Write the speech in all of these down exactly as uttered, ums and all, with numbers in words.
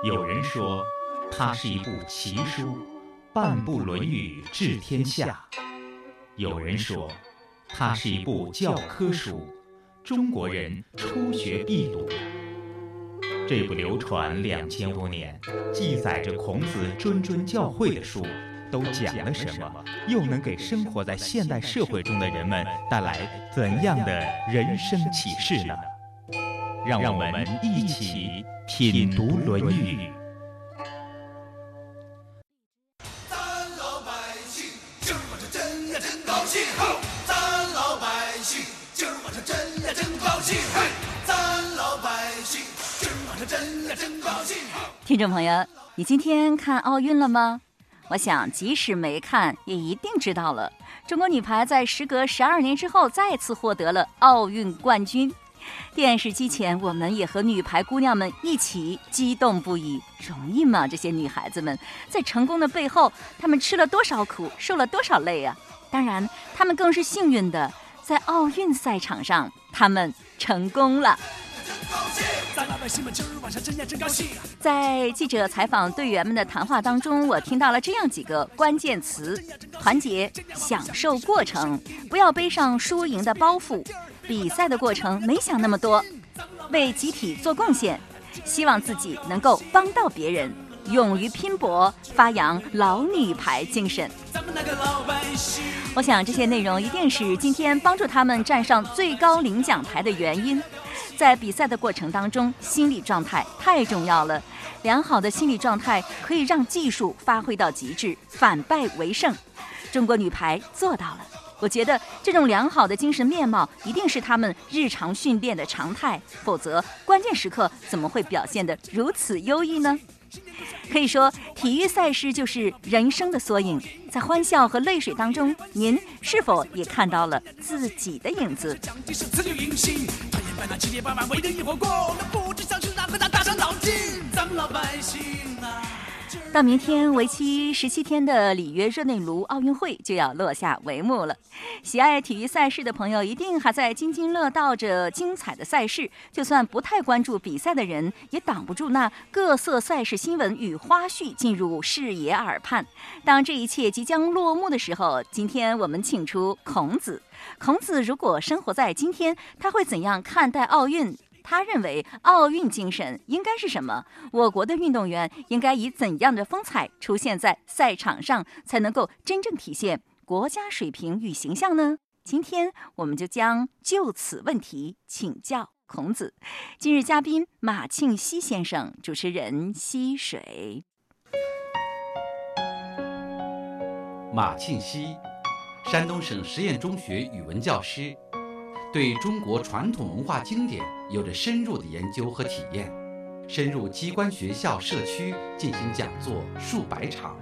有人说，它是一部奇书，半部《论语》治天下；有人说，它是一部教科书，中国人初学必读。这部流传两千多年，记载着孔子谆谆教诲的书，都讲了什么？又能给生活在现代社会中的人们带来怎样的人生启示呢？让我们一起品读《论语》。 咱老百姓今儿我这真呀真高兴，咱老百姓今儿我这真呀真高兴，咱老百姓今儿我这真呀真高兴。 听众朋友，你今天看奥运了吗？我想即使没看也一定知道了，中国女排在时隔十二年之后再次获得了奥运冠军。电视机前我们也和女排姑娘们一起激动不已，容易吗？这些女孩子们在成功的背后，她们吃了多少苦，受了多少累啊！当然她们更是幸运的，在奥运赛场上她们成功了。在记者采访队员们的谈话当中，我听到了这样几个关键词：团结、享受过程，不要背上输赢的包袱，比赛的过程没想那么多，为集体做贡献，希望自己能够帮到别人，勇于拼搏，发扬老女排精神。我想这些内容一定是今天帮助他们站上最高领奖台的原因。在比赛的过程当中，心理状态太重要了，良好的心理状态可以让技术发挥到极致，反败为胜。中国女排做到了。我觉得这种良好的精神面貌一定是他们日常训练的常态，否则关键时刻怎么会表现得如此优异呢？可以说，体育赛事就是人生的缩影，在欢笑和泪水当中，您是否也看到了自己的影子？到明天为期十七天的里约热内卢奥运会就要落下帷幕了。喜爱体育赛事的朋友一定还在津津乐道着精彩的赛事，就算不太关注比赛的人，也挡不住那各色赛事新闻与花絮进入视野耳畔。当这一切即将落幕的时候，今天我们请出孔子。孔子如果生活在今天，他会怎样看待奥运？他认为奥运精神应该是什么？我国的运动员应该以怎样的风采出现在赛场上，才能够真正体现国家水平与形象呢？今天我们就将就此问题请教孔子。今日嘉宾马庆西先生，主持人溪水。 马庆西，山东省实验中学语文教师，对中国传统文化经典有着深入的研究和体验，深入机关、学校、社区进行讲座数百场。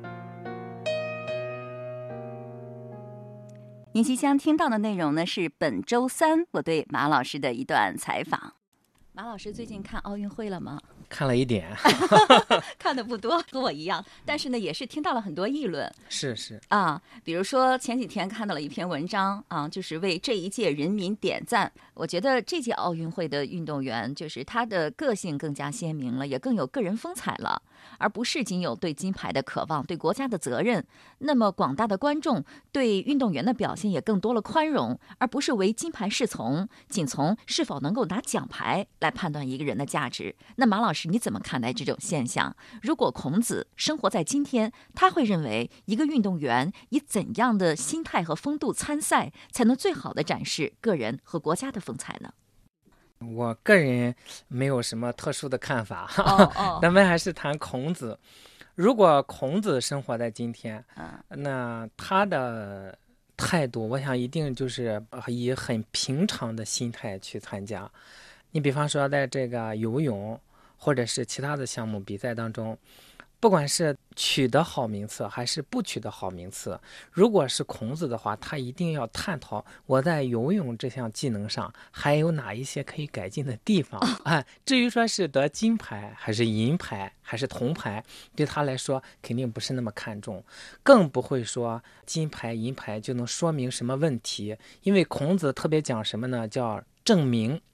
您即将听到的内容呢，是本周三我对马老师的一段采访。马老师最近看奥运会了吗？ 看了一点看的不多，和我一样，但是呢也是听到了很多议论。 是是啊，比如说前几天看到了一篇文章啊，就是为这一届人民点赞。我觉得这届奥运会的运动员就是他的个性更加鲜明了，也更有个人风采了，而不是仅有对金牌的渴望，对国家的责任。那么广大的观众对运动员的表现也更多了宽容，而不是唯金牌是从，仅从是否能够拿奖牌来判断一个人的价值。那马老师你怎么看待这种现象？如果孔子生活在今天，他会认为一个运动员以怎样的心态和风度参赛，才能最好的展示个人和国家的风采呢？ 我个人没有什么特殊的看法， 哦哦咱们还是谈孔子。如果孔子生活在今天， 嗯那他的态度，我想一定就是以很平常的心态去参加。你比方说在这个游泳或者是其他的项目比赛当中，不管是取得好名次还是不取得好名次，如果是孔子的话，他一定要探讨我在游泳这项技能上还有哪一些可以改进的地方。哎，至于说是得金牌还是银牌还是铜牌，对他来说肯定不是那么看重，更不会说金牌银牌就能说明什么问题。因为孔子特别讲什么呢？叫正名。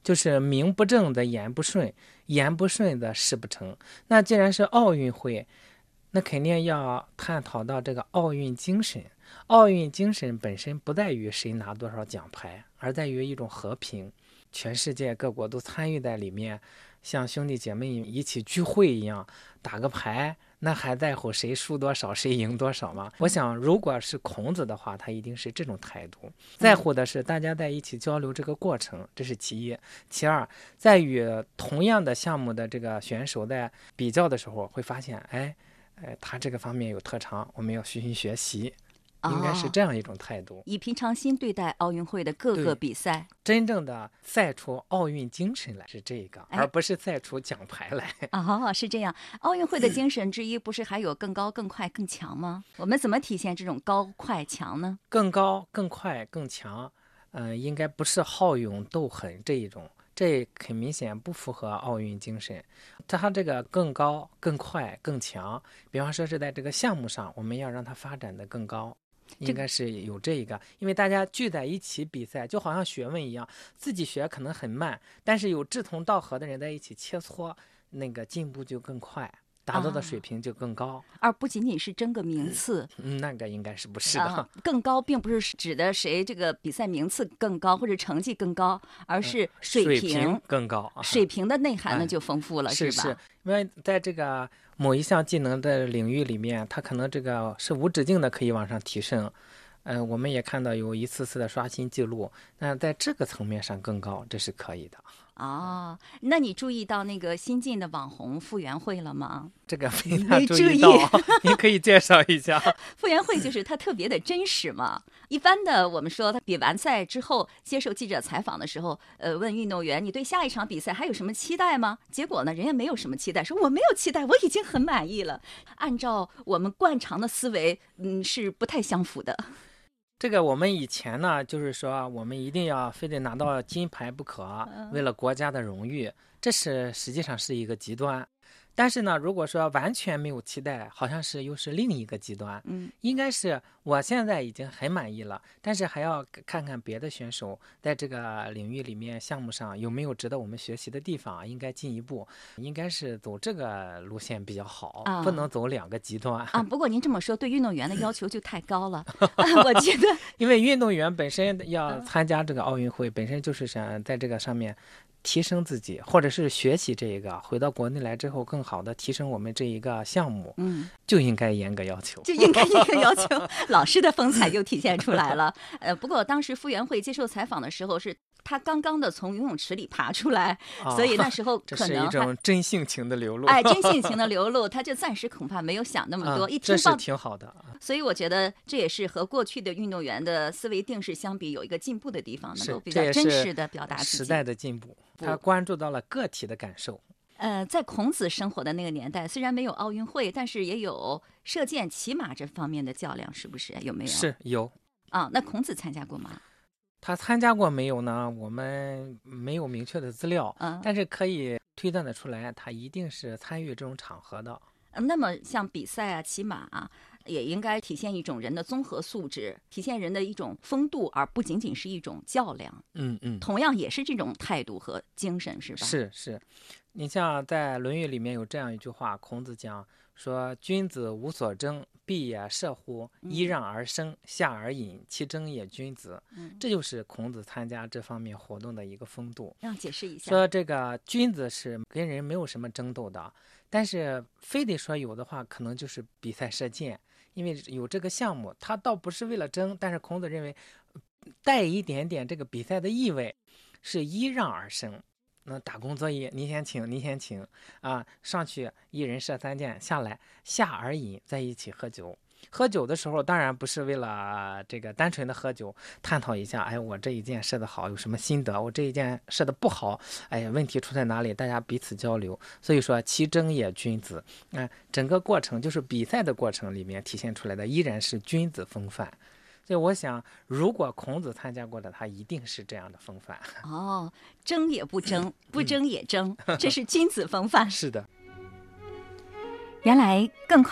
就是名不正的言不顺，言不顺的事不成。那既然是奥运会，那肯定要探讨到这个奥运精神。奥运精神本身不在于谁拿多少奖牌，而在于一种和平，全世界各国都参与在里面，像兄弟姐妹一起聚会一样，打个牌，那还在乎谁输多少谁赢多少吗？我想如果是孔子的话，他一定是这种态度，在乎的是大家在一起交流这个过程，这是其一。其二，在与同样的项目的这个选手在比较的时候，会发现哎哎，他这个方面有特长，我们要虚心学习，应该是这样一种态度， 哦，以平常心对待奥运会的各个比赛， 真正的赛出奥运精神来是这个，而不是赛出奖牌来。 哦，是这样。奥运会的精神之一不是还有更高、更快、更强吗？我们怎么体现这种高、快、强呢？ 更高、更快、更强，呃，应该不是好勇斗狠这一种，这很明显不符合奥运精神。它这个更高、更快、更强，比方说是在这个项目上，我们要让它发展的更高。应该是有这一个，因为大家聚在一起比赛，就好像学问一样，自己学可能很慢，但是有志同道合的人在一起切磋，那个进步就更快，达到的水平就更高， 啊，而不仅仅是争个名次。 嗯，那个应该是不是的。 啊，更高并不是指的谁这个比赛名次更高或者成绩更高，而是水平， 水平更高， 水平的内涵呢就丰富了， 哎、是吧？ 是，因为在这个某一项技能的领域里面，它可能这个是无止境的可以往上提升。嗯、呃，我们也看到有一次次的刷新记录，那在这个层面上更高，这是可以的。 哦，那你注意到那个新晋的网红傅园慧了吗？ 这个非常注意到，你可以介绍一下。 傅园慧就是她特别的真实嘛。一般的我们说，她比完赛之后接受记者采访的时候，呃，问运动员你对下一场比赛还有什么期待吗？结果呢，人家没有什么期待，说我没有期待，我已经很满意了。按照我们惯常的思维，嗯，是不太相符的。 这个我们以前呢，就是说我们一定要非得拿到金牌不可，为了国家的荣誉，这是实际上是一个极端。但是呢，如果说完全没有期待，好像是又是另一个极端。 嗯， 应该是我现在已经很满意了，但是还要看看别的选手在这个领域里面、项目上有没有值得我们学习的地方，应该进一步，应该是走这个路线比较好，啊、不能走两个极端啊。不过您这么说，对运动员的要求就太高了，我觉得， 因为运动员本身要参加这个奥运会，本身就是想在这个上面提升自己，或者是学习这一个，回到国内来之后更好的提升我们这一个项目， 嗯， 就应该严格要求， 就应该严格要求，老师的风采就体现出来了。呃，不过当时傅园慧接受采访的时候，是他刚刚的从游泳池里爬出来，哦、所以那时候可能这是一种真性情的流露， 哎，真性情的流露，他就暂时恐怕没有想那么多， 嗯、 一听到这是挺好的。 所以我觉得这也是和过去的运动员的思维定式相比有一个进步的地方，能够比较真实的表达自己。 时代的进步，他关注到了个体的感受。 呃，在孔子生活的那个年代，虽然没有奥运会，但是也有射箭、骑马这方面的较量，是不是？有没有？ 是有啊。那孔子参加过吗？ 他参加过没有呢？我们没有明确的资料， 嗯， 但是可以推断得出来，他一定是参与这种场合的。 嗯，那么像比赛啊、骑马啊，也应该体现一种人的综合素质，体现人的一种风度，而不仅仅是一种较量。 嗯嗯， 同样也是这种态度和精神，是吧？ 是是，你像在《论语》里面有这样一句话，孔子讲说：“君子无所争，必也射乎！揖让而生，下而饮，其争也君子。” 嗯， 这就是孔子参加这方面活动的一个风度。 让解释一下， 说这个君子是跟人没有什么争斗的，但是非得说有的话，可能就是比赛射箭。因为有这个项目，他倒不是为了争，但是孔子认为带一点点这个比赛的意味，是揖让而生。那打工作业，你先请，你先请啊，上去一人射三箭，下来下而饮，在一起喝酒。喝酒的时候，当然不是为了这个单纯的喝酒，探讨一下，哎，我这一箭射得好，有什么心得？我这一箭射得不好，哎，问题出在哪里？大家彼此交流。所以说，其争也君子。啊、呃，整个过程就是比赛的过程里面体现出来的，依然是君子风范。所以我想，如果孔子参加过的，他一定是这样的风范。 哦，争也不争，不争也争，这是君子风范。 是的。 原来更快、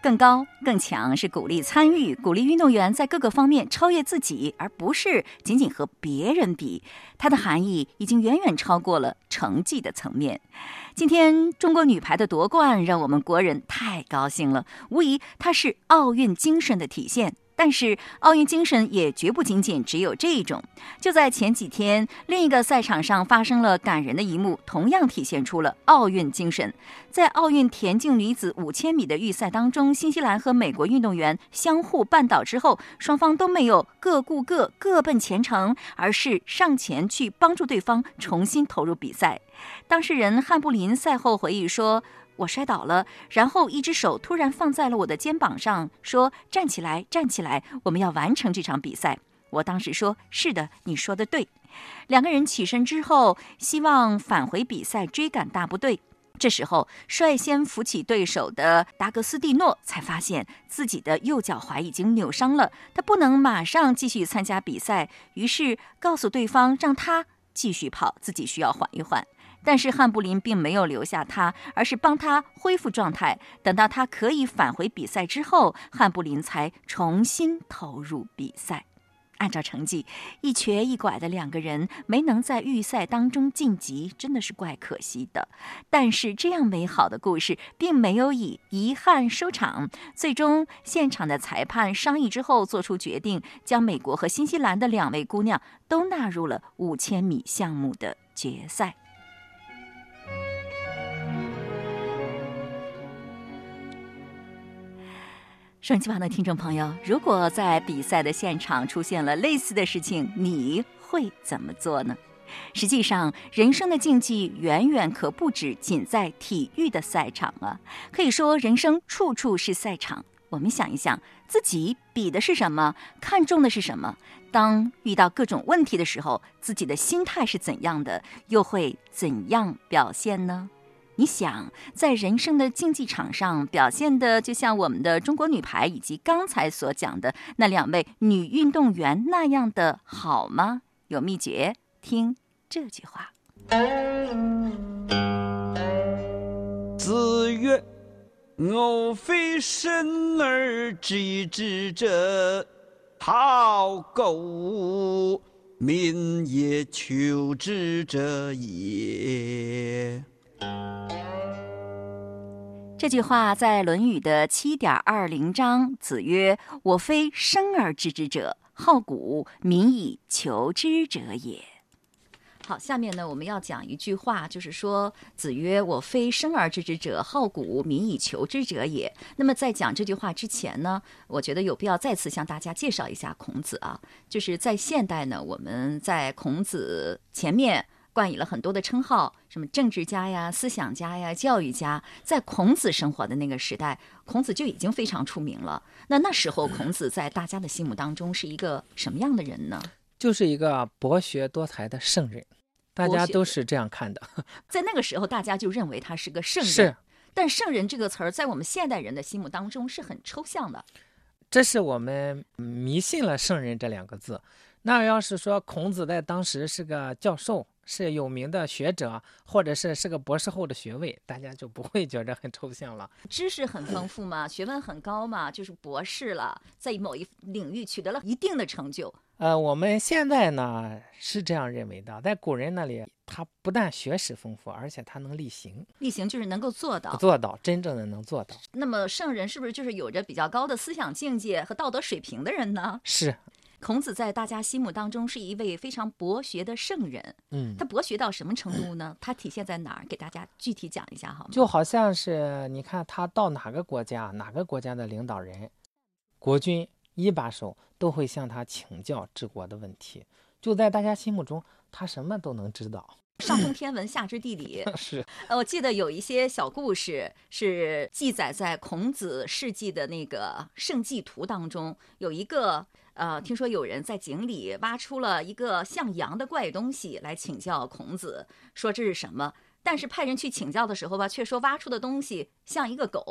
更高更强是鼓励参与，鼓励运动员在各个方面超越自己，而不是仅仅和别人比。它的含义已经远远超过了成绩的层面。今天中国女排的夺冠让我们国人太高兴了，无疑它是奥运精神的体现。但是奥运精神也绝不仅仅只有这种。就在前几天，另一个赛场上发生了感人的一幕，同样体现出了奥运精神。在奥运田径女子五千米的预赛当中，新西兰和美国运动员相互绊倒之后，双方都没有各顾各各奔前程，而是上前去帮助对方重新投入比赛。当事人汉布林赛后回忆说，我摔倒了，然后一只手突然放在了我的肩膀上，说站起来站起来，我们要完成这场比赛。我当时说是的，你说的对。两个人起身之后，希望返回比赛追赶大部队。这时候率先扶起对手的达格斯蒂诺才发现自己的右脚踝已经扭伤了，他不能马上继续参加比赛，于是告诉对方让他继续跑，自己需要缓一缓。但是汉布林并没有留下他，而是帮他恢复状态。等到他可以返回比赛之后，汉布林才重新投入比赛。按照成绩，一瘸一拐的两个人没能在预赛当中晋级，真的是怪可惜的。但是这样美好的故事并没有以遗憾收场，最终现场的裁判商议之后做出决定，将美国和新西兰的两位姑娘都纳入了五千米项目的决赛。收音机旁的听众朋友，如果在比赛的现场出现了类似的事情，你会怎么做呢？实际上，人生的竞技远远可不止仅在体育的赛场啊，可以说人生处处是赛场。我们想一想，自己比的是什么，看重的是什么？当遇到各种问题的时候，自己的心态是怎样的，又会怎样表现呢？你想在人生的竞技场上表现的就像我们的中国女排以及刚才所讲的那两位女运动员那样的好吗？有秘诀，听这句话。 子曰：我非生而知之者，好苟民也求之者也。 这句话在《论语》的 七点二零 章，子曰：我非生而知之者，好古民以求之者也。好，下面呢我们要讲一句话，就是说子曰：我非生而知之者，好古民以求之者也。那么在讲这句话之前呢，我觉得有必要再次向大家介绍一下孔子啊。就是在现代呢，我们在孔子前面冠以了很多的称号，什么政治家呀、思想家呀、教育家。在孔子生活的那个时代，孔子就已经非常出名了。那那时候孔子在大家的心目当中是一个什么样的人呢？ 就是一个博学多才的圣人，大家都是这样看的。 在那个时候大家就认为他是个圣人。 是， 但圣人这个词儿在我们现代人的心目当中是很抽象的。 这是我们迷信了圣人这两个字。那要是说孔子在当时是个教授，是有名的学者，或者是是个博士后的学位，大家就不会觉得很抽象了。 知识很丰富嘛，学问很高嘛，就是博士了，在某一领域取得了一定的成就。 呃，我们现在呢是这样认为的，在古人那里，他不但学识丰富，而且他能力行。 力行就是能够做到， 做到真正的能做到。 那么圣人是不是就是有着比较高的思想境界和道德水平的人呢？ 是。 孔子在大家心目当中是一位非常博学的圣人。嗯，他博学到什么程度呢？他体现在哪儿？给大家具体讲一下好吗？ 就好像是你看他到哪个国家，哪个国家的领导人、国君一把手都会向他请教治国的问题。就在大家心目中，他什么都能知道。 上通天文下知地理。 是。 呃，我记得有一些小故事是记载在孔子事迹的那个圣迹图当中，有一个呃，听说有人在井里挖出了一个像羊的怪东西来请教孔子，说这是什么？但是派人去请教的时候吧，却说挖出的东西像一个狗。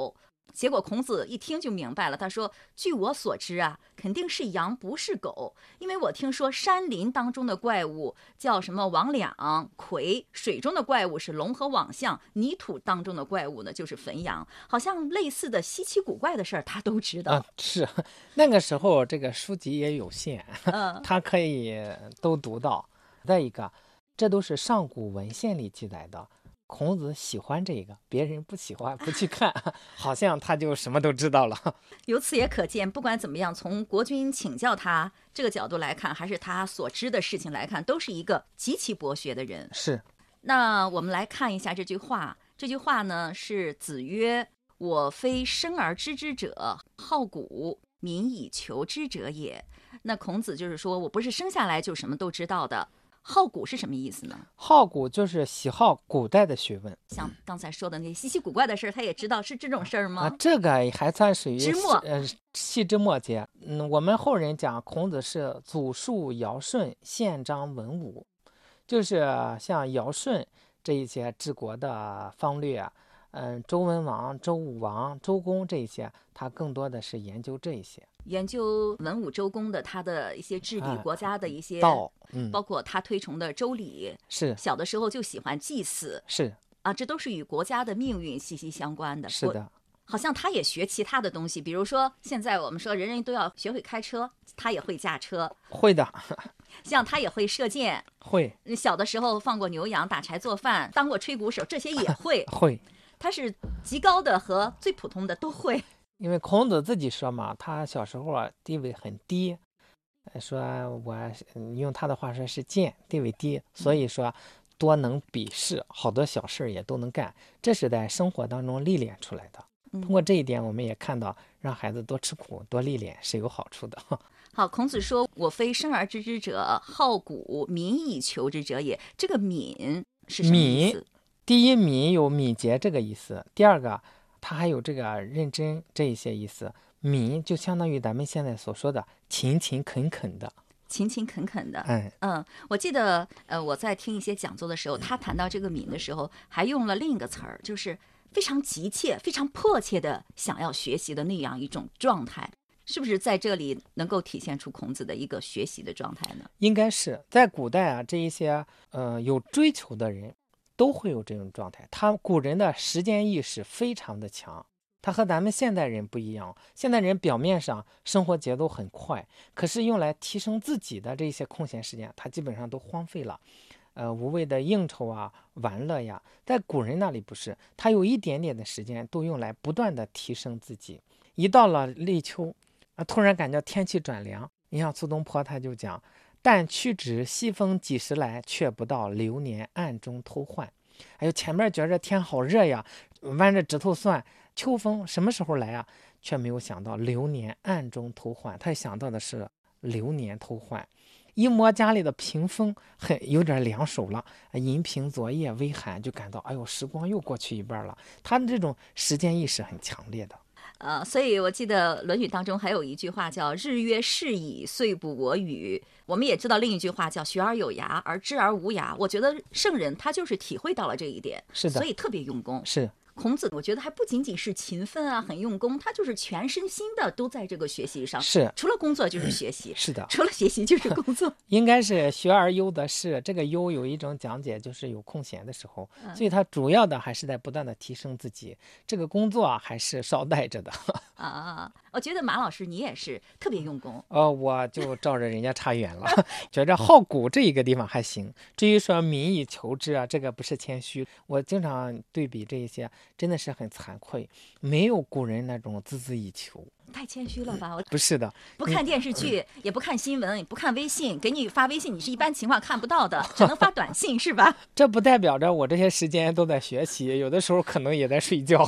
结果孔子一听就明白了，他说：“据我所知啊，肯定是羊不是狗，因为我听说山林当中的怪物叫什么魍魉、魁，水中的怪物是龙和蟒象，泥土当中的怪物呢就是汾羊，好像类似的稀奇古怪的事儿他都知道。 啊，是那个时候这个书籍也有限， 嗯， 他可以都读到。再一个，这都是上古文献里记载的。”孔子喜欢这个，别人不喜欢不去看，好像他就什么都知道了。 由此也可见，不管怎么样，从国君请教他这个角度来看，还是他所知的事情来看，都是一个极其博学的人。 是。 那我们来看一下这句话，这句话呢是子曰：“我非生而知之者，好古，民以求之者也。”那孔子就是说，我不是生下来就什么都知道的。好古是什么意思呢？ 好古就是喜好古代的学问， 像刚才说的那些稀奇古怪的事儿，他也知道是这种事儿吗？ 啊，这个还算属于枝末呃细枝末节。嗯，我们后人讲孔子是祖述尧舜，宪章文武，就是像尧舜这一些治国的方略，嗯，周文王、周武王、周公这一些，他更多的是研究这一些。 研究文武周公的他的一些治理国家的一些道，嗯， 包括他推崇的周礼， 是小的时候就喜欢祭祀， 是啊，这都是与国家的命运息息相关的。 是的， 好像他也学其他的东西，比如说现在我们说人人都要学会开车，他也会驾车， 会的。 像他也会射箭， 会。 小的时候放过牛羊，打柴做饭，当过吹鼓手，这些也会。 会。 他是极高的和最普通的都会。 因为孔子自己说嘛，他小时候啊地位很低，说我用他的话说是贱，地位低，所以说多能比事，好多小事也都能干，这是在生活当中历练出来的。通过这一点，我们也看到让孩子多吃苦多历练是有好处的。 好，孔子说：“我非生而知之者，好古，民以求之者也。”这个敏是什么意思？ 敏，第一敏有敏捷这个意思，第二个它还有这个认真这一些意思。敏就相当于咱们现在所说的勤勤恳恳的， 勤勤恳恳的。 嗯嗯，我记得呃我在听一些讲座的时候，他谈到这个敏的时候，还用了另一个词儿，就是非常急切、非常迫切的想要学习的那样一种状态。是不是在这里能够体现出孔子的一个学习的状态呢？ 应该是在古代啊，这一些呃有追求的人都会有这种状态。他古人的时间意识非常的强，他和咱们现代人不一样。现代人表面上生活节奏很快，可是用来提升自己的这些空闲时间，他基本上都荒废了。呃，无谓的应酬啊、玩乐呀，在古人那里不是，他有一点点的时间都用来不断的提升自己。一到了立秋啊，突然感觉天气转凉。你像苏东坡他就讲，但屈指西风几时来，却不到流年暗中偷换。还有前面觉着天好热呀，弯着指头算秋风什么时候来啊，却没有想到流年暗中偷换，他想到的是流年偷换。一摸家里的屏风，很有点凉手了，银屏昨夜微寒，就感到哎呦，时光又过去一半了。他的这种时间意识很强烈的。 呃，所以我记得《论语》当中还有一句话叫“日月逝矣，岁不我与”。我们也知道另一句话叫“学而有涯，而知而无涯”。我觉得圣人他就是体会到了这一点， 是的， 所以特别用功。 是。 孔子我觉得还不仅仅是勤奋啊，很用功，他就是全身心的都在这个学习上。 是， 除了工作就是学习。 嗯、是的， 除了学习就是工作。 应该是学而优则仕。这个优有一种讲解，就是有空闲的时候，嗯、所以他主要的还是在不断的提升自己。这个工作还是捎带着的。 啊，我觉得马老师你也是特别用功。 呃，我就照着人家差远了，觉着好古这一个地方还行。至于说民以求之啊，这个不是谦虚。我经常对比这一些，真的是很惭愧，没有古人那种孜孜以求。 太谦虚了吧？我不是的， 不看电视剧，嗯、也不看新闻，也不看微信，给你发微信，你是一般情况看不到的，只能发短信，是吧？ 这不代表着我这些时间都在学习，有的时候可能也在睡觉。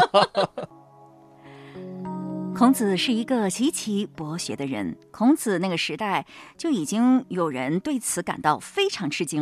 孔子是一个极其博学的人，孔子那个时代就已经有人对此感到非常吃惊了。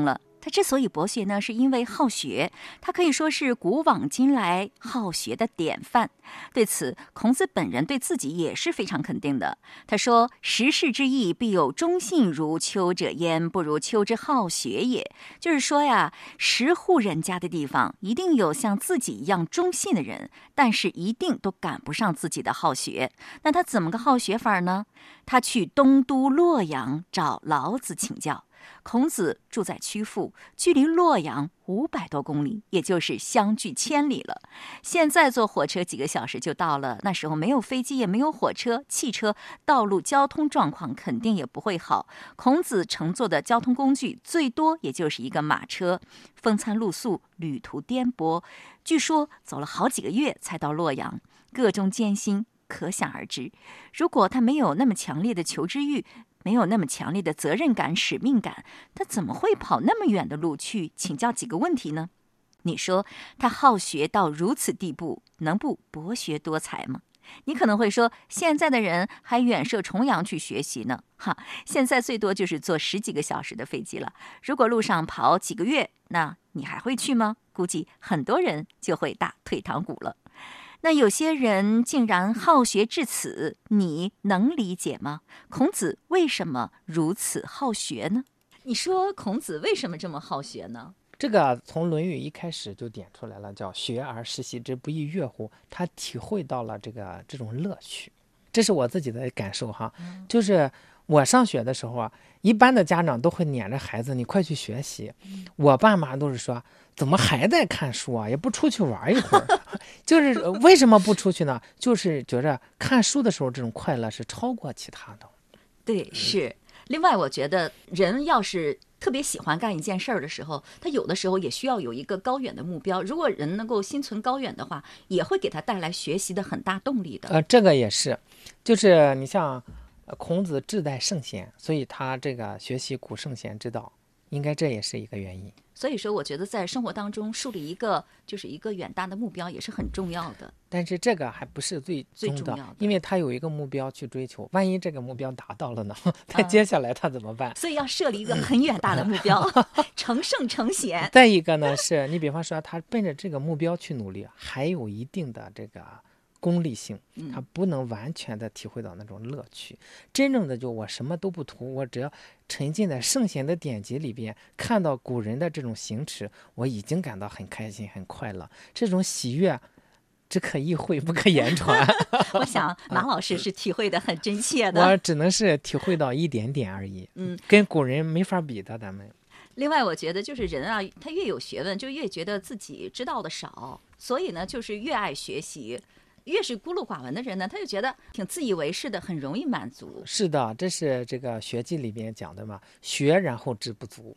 他之所以博学呢，是因为好学，他可以说是古往今来好学的典范。对此，孔子本人对自己也是非常肯定的。他说：“时事之义，必有忠信如丘者焉，不如丘之好学也。”就是说呀，十户人家的地方，一定有像自己一样忠信的人，但是一定都赶不上自己的好学。那他怎么个好学法呢？他去东都洛阳找老子请教。孔子住在曲阜，距离洛阳五百多公里，也就是相距千里了。现在坐火车几个小时就到了，那时候没有飞机，也没有火车、汽车，道路交通状况肯定也不会好。孔子乘坐的交通工具最多也就是一个马车，风餐露宿，旅途颠簸，据说走了好几个月才到洛阳，个中艰辛可想而知。如果他没有那么强烈的求知欲，没有那么强烈的责任感、使命感，他怎么会跑那么远的路去请教几个问题呢？你说他好学到如此地步，能不博学多才吗？你可能会说，现在的人还远涉重洋去学习呢。哈，现在最多就是坐十几个小时的飞机了。如果路上跑几个月，那你还会去吗？估计很多人就会打退堂鼓了。那有些人竟然好学至此，你能理解吗？孔子为什么如此好学呢？你说孔子为什么这么好学呢？ 这个从《论语》一开始就点出来了，叫学而时习之，不亦说乎？他体会到了这个这种乐趣，这是我自己的感受哈。嗯、就是我上学的时候啊，一般的家长都会撵着孩子，你快去学习。嗯、我爸妈都是说，怎么还在看书啊？也不出去玩一会儿。就是为什么不出去呢？就是觉着看书的时候这种快乐是超过其他的。 对，是。另外，我觉得人要是特别喜欢干一件事儿的时候，他有的时候也需要有一个高远的目标。如果人能够心存高远的话，也会给他带来学习的很大动力的。 呃，这个也是，就是你像孔子志在圣贤，所以他这个学习古圣贤之道，应该这也是一个原因。 所以说，我觉得在生活当中树立一个就是一个远大的目标也是很重要的。 但是这个还不是最最重要的， 因为他有一个目标去追求，万一这个目标达到了呢？他接下来他怎么办？ 嗯、所以要设立一个很远大的目标，成圣成贤。 再一个呢，是你比方说他奔着这个目标去努力，还有一定的这个功利性，他不能完全的体会到那种乐趣。真正的就我什么都不图，我只要沉浸在圣贤的典籍里边，看到古人的这种行持，我已经感到很开心很快乐。这种喜悦只可意会不可言传。 我想马老师是体会的很真切的。 我只能是体会到一点点而已，嗯，跟古人没法比的咱们。 另外我觉得就是人啊，他越有学问就越觉得自己知道的少，所以呢就是越爱学习。越是孤陋寡闻的人呢，他就觉得挺自以为是的，很容易满足。 是的，这是这个学记里边讲的嘛，学然后知不足。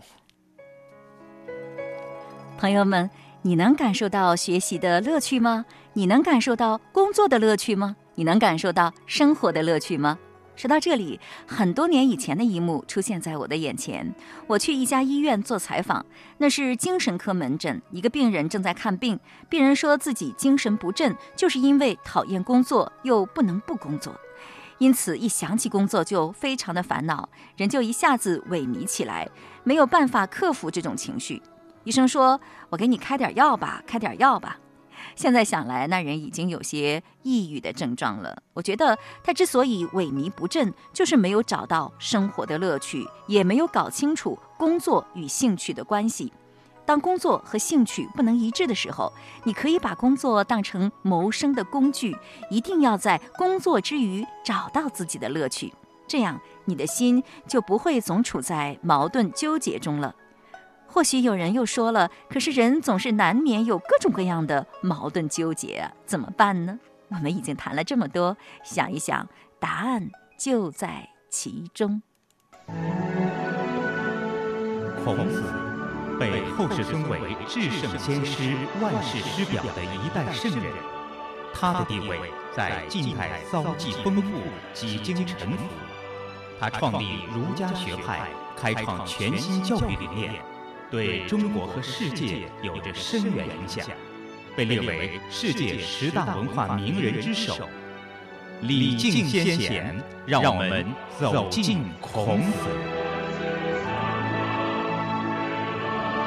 朋友们，你能感受到学习的乐趣吗？你能感受到工作的乐趣吗？你能感受到生活的乐趣吗？说到这里，很多年以前的一幕出现在我的眼前。我去一家医院做采访，那是精神科门诊，一个病人正在看病。病人说自己精神不振，就是因为讨厌工作，又不能不工作，因此一想起工作就非常的烦恼，人就一下子萎靡起来，没有办法克服这种情绪。医生说：“我给你开点药吧，开点药吧。”现在想来，那人已经有些抑郁的症状了。我觉得他之所以萎靡不振，就是没有找到生活的乐趣，也没有搞清楚工作与兴趣的关系。当工作和兴趣不能一致的时候，你可以把工作当成谋生的工具，一定要在工作之余找到自己的乐趣，这样你的心就不会总处在矛盾纠结中了。或许有人又说了，可是人总是难免有各种各样的矛盾纠结啊，怎么办呢？我们已经谈了这么多，想一想，答案就在其中。 孔子被后世尊为至圣先师、万世师表的一代圣人，他的地位在晋代遭际丰富，几经沉浮。他创立儒家学派，开创全新教育理念，对中国和世界有着深远影响，被列为世界十大文化名人之首。礼敬先贤，让我们走进孔子。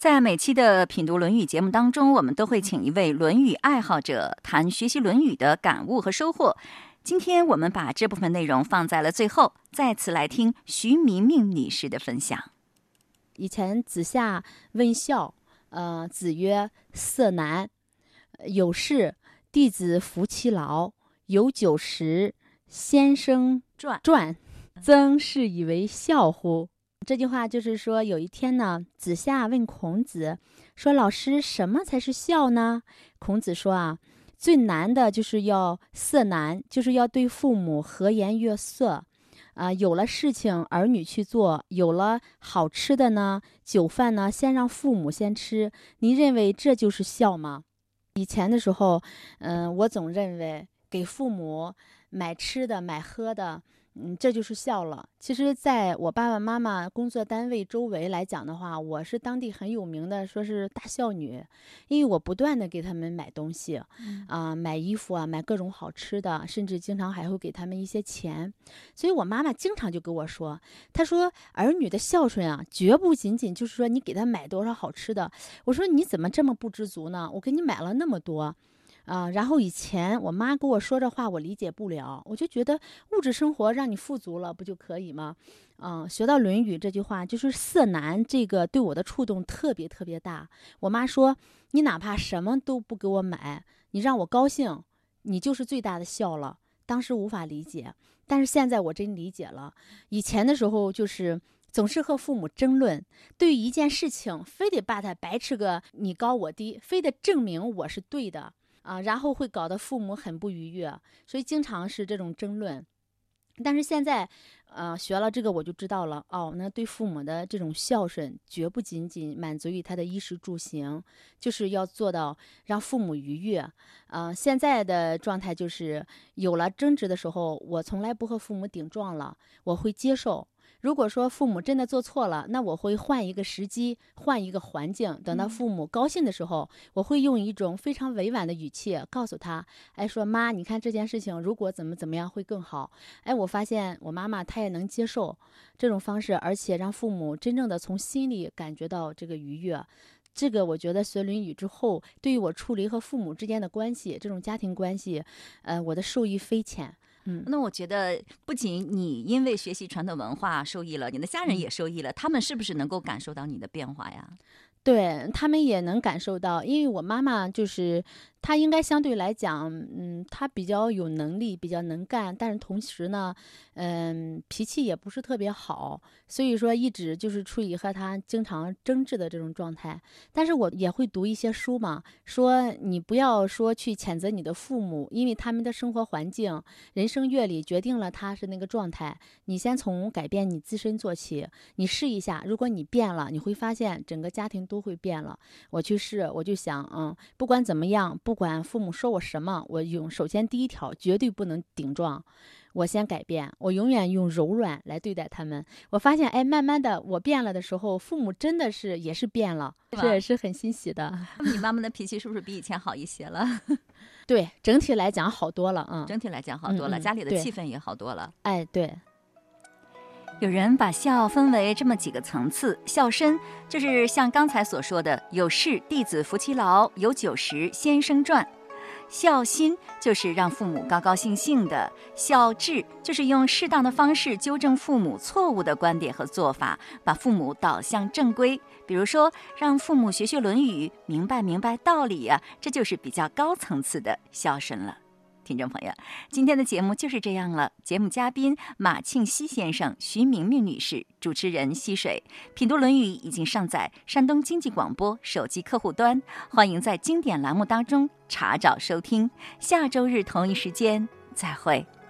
在每期的品读《论语》节目当中，我们都会请一位《论语》爱好者谈学习《论语》的感悟和收获。今天我们把这部分内容放在了最后，再次来听徐明明女士的分享。 以前子夏问孝，呃，子曰：“色难。有事，弟子服其劳；有酒食，先生传。 传。曾是以为孝乎？”这句话就是说，有一天呢，子夏问孔子说：“老师，什么才是孝呢？”孔子说啊，最难的就是要色难，就是要对父母和颜悦色。啊、呃，有了事情儿女去做，有了好吃的呢，酒饭呢，先让父母先吃。您认为这就是孝吗？以前的时候，嗯、呃，我总认为给父母买吃的、买喝的。嗯，这就是孝了。其实在我爸爸妈妈工作单位周围来讲的话，我是当地很有名的，说是大孝女，因为我不断的给他们买东西，啊、嗯呃，买衣服啊，买各种好吃的，甚至经常还会给他们一些钱。所以我妈妈经常就跟我说，她说儿女的孝顺啊，绝不仅仅就是说你给他买多少好吃的。我说你怎么这么不知足呢？我给你买了那么多。啊、呃，然后以前我妈跟我说这话，我理解不了，我就觉得物质生活让你富足了，不就可以吗？嗯、呃，学到《论语》这句话，就是色难，这个对我的触动特别特别大。我妈说，你哪怕什么都不给我买，你让我高兴，你就是最大的孝了。当时无法理解，但是现在我真理解了。以前的时候就是总是和父母争论，对于一件事情，非得把它掰扯个你高我低，非得证明我是对的。啊，然后会搞得父母很不愉悦，所以经常是这种争论。但是现在，呃，学了这个我就知道了，哦，那对父母的这种孝顺，绝不仅仅满足于他的衣食住行，就是要做到让父母愉悦。呃，现在的状态就是有了争执的时候，我从来不和父母顶撞了，我会接受。如果说父母真的做错了，那我会换一个时机，换一个环境，等到父母高兴的时候，我会用一种非常委婉的语气告诉他，哎，说妈，你看这件事情如果怎么怎么样会更好。哎，我发现我妈妈她也能接受这种方式，而且让父母真正的从心里感觉到这个愉悦。这个我觉得学《论语》之后，对于我处理和父母之间的关系，这种家庭关系，呃，我的受益匪浅。嗯， 那我觉得不仅你因为学习传统文化受益了，你的家人也受益了，他们是不是能够感受到你的变化呀？ 对，他们也能感受到，因为我妈妈就是她应该相对来讲，嗯，她比较有能力，比较能干，但是同时呢，嗯，脾气也不是特别好，所以说一直就是处于和她经常争执的这种状态。但是我也会读一些书嘛，说你不要说去谴责你的父母，因为他们的生活环境、人生阅历决定了他是那个状态。你先从改变你自身做起，你试一下，如果你变了，你会发现整个家庭都会变了。我去试，我就想，嗯，不管怎么样，不管父母说我什么，我用首先第一条绝对不能顶撞，我先改变，我永远用柔软来对待他们。我发现，哎，慢慢的我变了的时候，父母真的是也是变了，这也是很欣喜的。 你妈妈的脾气是不是比以前好一些了？ 对，整体来讲好多了，嗯， 整体来讲好多了， 嗯嗯家里的气氛也好多了。 哎，对。 有人把孝分为这么几个层次，孝身就是像刚才所说的，有事弟子服其劳，有酒食先生传；孝心就是让父母高高兴兴的；孝治就是用适当的方式纠正父母错误的观点和做法，把父母导向正规。比如说，让父母学学《论语》，明白明白道理啊，这就是比较高层次的孝顺了。听众朋友，今天的节目就是这样了。节目嘉宾马庆西先生、徐明明女士，主持人溪水。品读《论语》已经上载山东经济广播手机客户端，欢迎在经典栏目当中查找收听。下周日同一时间再会。